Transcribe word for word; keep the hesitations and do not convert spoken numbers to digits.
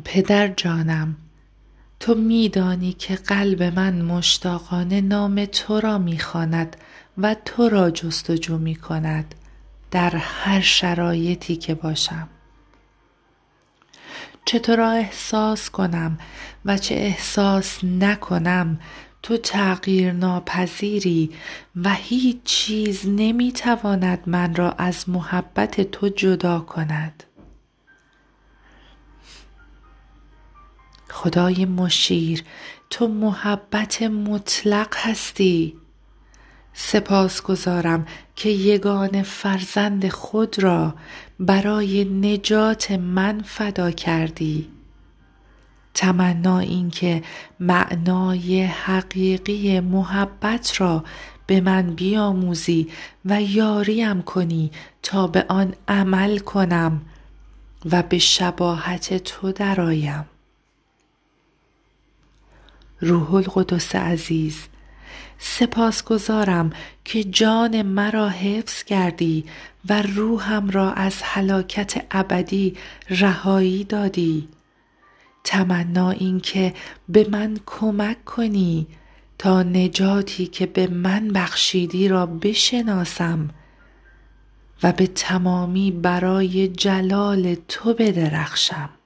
پدر جانم، تو می‌دانی که قلب من مشتاقانه نام تو را می‌خواند و تو را جستجو می‌کند در هر شرایطی که باشم. چه تو را احساس کنم و چه احساس نکنم، تو تغییر ناپذیری و هیچ چیز نمی‌تواند من را از محبت تو جدا کند. خدای مشیر، تو محبت مطلق هستی. سپاسگزارم که یگانه فرزند خود را برای نجات من فدا کردی. تمنا این که معنای حقیقی محبت را به من بیاموزی و یاریم کنی تا به آن عمل کنم و به شباهت تو درآیم. روح القدس عزیز، سپاسگزارم که جان مرا حفظ کردی و روحم را از هلاکت ابدی رهایی دادی. تمنا این که به من کمک کنی تا نجاتی که به من بخشیدی را بشناسم و به تمامی برای جلال تو بدرخشم.